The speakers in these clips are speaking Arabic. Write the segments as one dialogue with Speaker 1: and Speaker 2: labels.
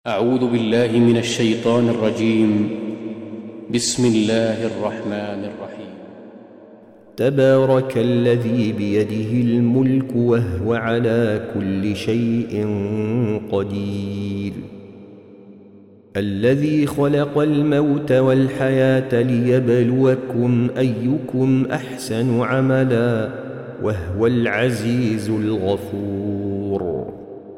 Speaker 1: أعوذ بالله من الشيطان الرجيم. بسم الله الرحمن الرحيم.
Speaker 2: تبارك الذي بيده الملك وهو على كل شيء قدير، الذي خلق الموت والحياة ليبلوكم أيكم أحسن عملا وهو العزيز الغفور،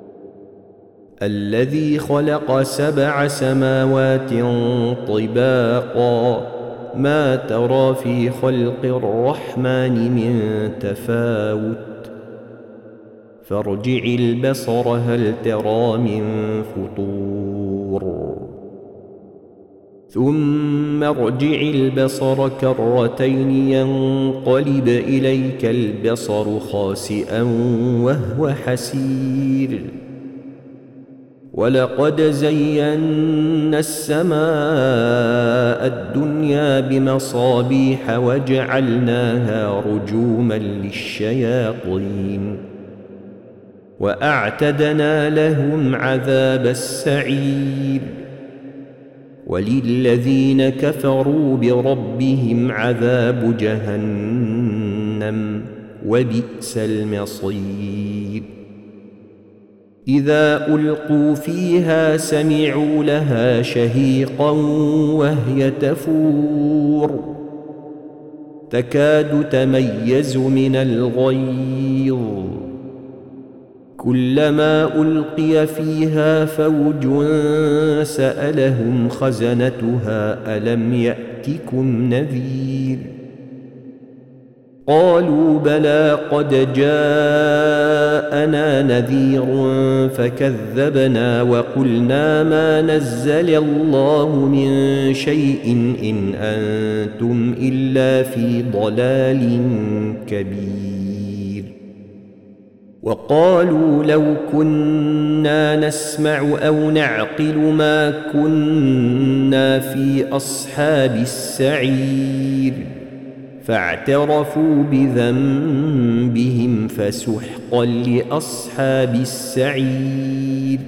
Speaker 2: الذي خلق 7 سماوات طباقا ما ترى في خلق الرحمن من تفاوت، فارجع البصر هل ترى من فطور، ثم ارجع البصر كرتين ينقلب إليك البصر خاسئا وهو حسير، ولقد زينا السماء الدنيا بمصابيح وجعلناها رجوما للشياطين وأعتدنا لهم عذاب السعير، وللذين كفروا بربهم عذاب جهنم وبئس المصير. إذا ألقوا فيها سمعوا لها شهيقا وهي تفور تكاد تميز من الغيظ، كلما ألقي فيها فوج سألهم خزنتها ألم يأتكم نذير، قالوا بلى قد جاءنا نذير فكذبنا وقلنا ما نزل الله من شيء إن أنتم إلا في ضلال كبير، وقالوا لو كنا نسمع أو نعقل ما كنا في أصحاب السعير، فاعترفوا بذنبهم فسحقا لأصحاب السعير.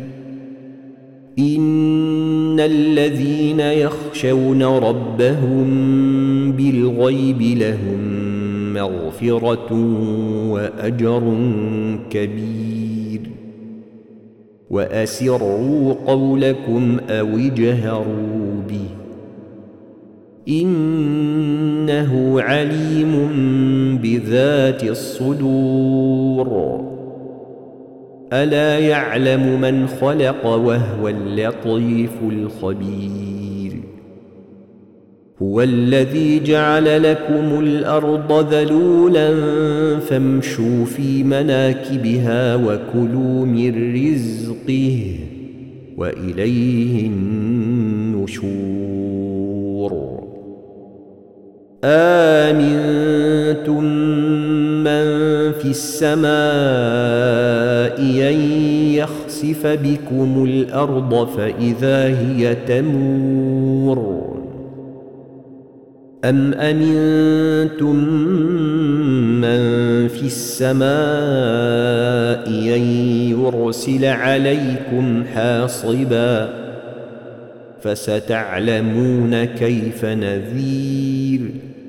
Speaker 2: إن الذين يخشون ربهم بالغيب لهم مغفرة وأجر كبير، وأسروا قولكم أو اجهروا به إنه عليم بذات الصدور، ألا يعلم من خلق وهو اللطيف الخبير، هو الذي جعل لكم الأرض ذلولا فامشوا في مناكبها وكلوا من رزقه وإليه النشور. آمنتم من في السماء أن يخسف بكم الأرض فإذا هي تمور، أم أمنتم من في السماء أن يرسل عليكم حاصبا فستعلمون كيف نذير،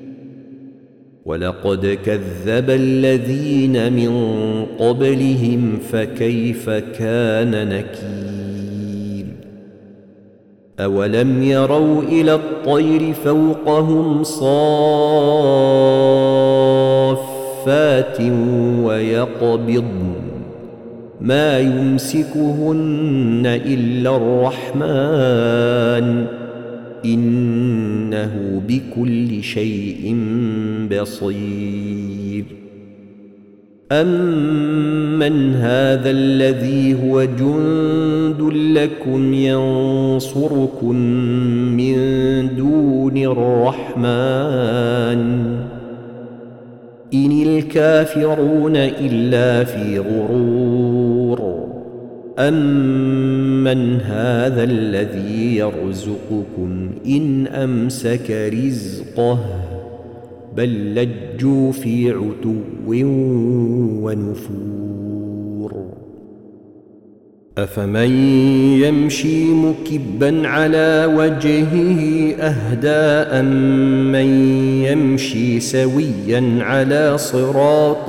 Speaker 2: ولقد كذب الذين من قبلهم فكيف كان نكير، أولم يروا إلى الطير فوقهم صافات ويقبضن ما يمسكهن إلا الرحمن إنه بكل شيء بصير. أمن هذا الذي هو جند لكم ينصركم من دون الرحمن إن الكافرون إلا في غرور، أمن هذا الذي يرزقكم إن أمسك رزقه بل لجوا في عتو ونفور. أفمن يمشي مكبا على وجهه أهدى أمن يمشي سويا على صراط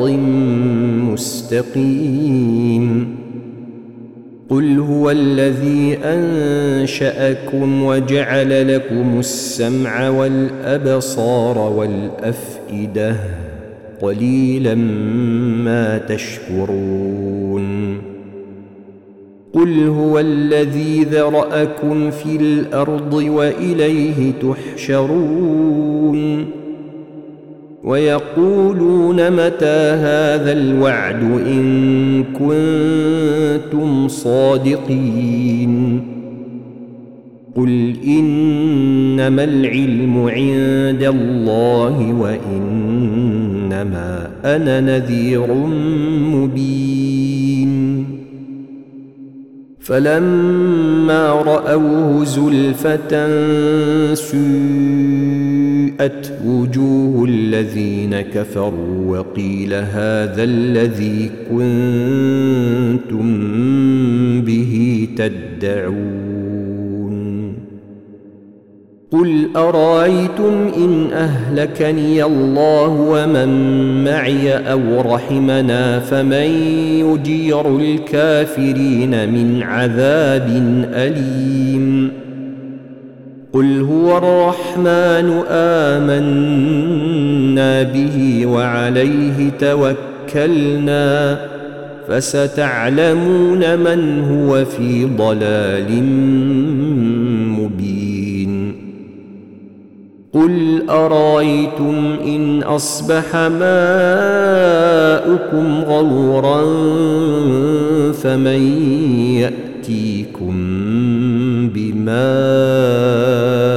Speaker 2: مستقيم قل هو الذي أنشأكم وجعل لكم السمع والأبصار والأفئدة قليلا ما تشكرون قل هو الذي ذرأكم في الأرض وإليه تحشرون ويقولون متى هذا الوعد إن كنتم صادقين قل إنما العلم عند الله وإنما أنا نذير مبين فلما رأوه زلفة سيئت وجوه الذين كفروا وقيل هذا الذي كنتم به تدعون قل أرأيتم إن أهلكني الله ومن معي أو رحمنا فمن يجير الكافرين من عذاب أليم قل هو الرحمن آمنا به وعليه توكلنا فستعلمون من هو في ضلال مبين قل أرأيتم إن أصبح ماؤكم غورا فمن يأتيكم بماء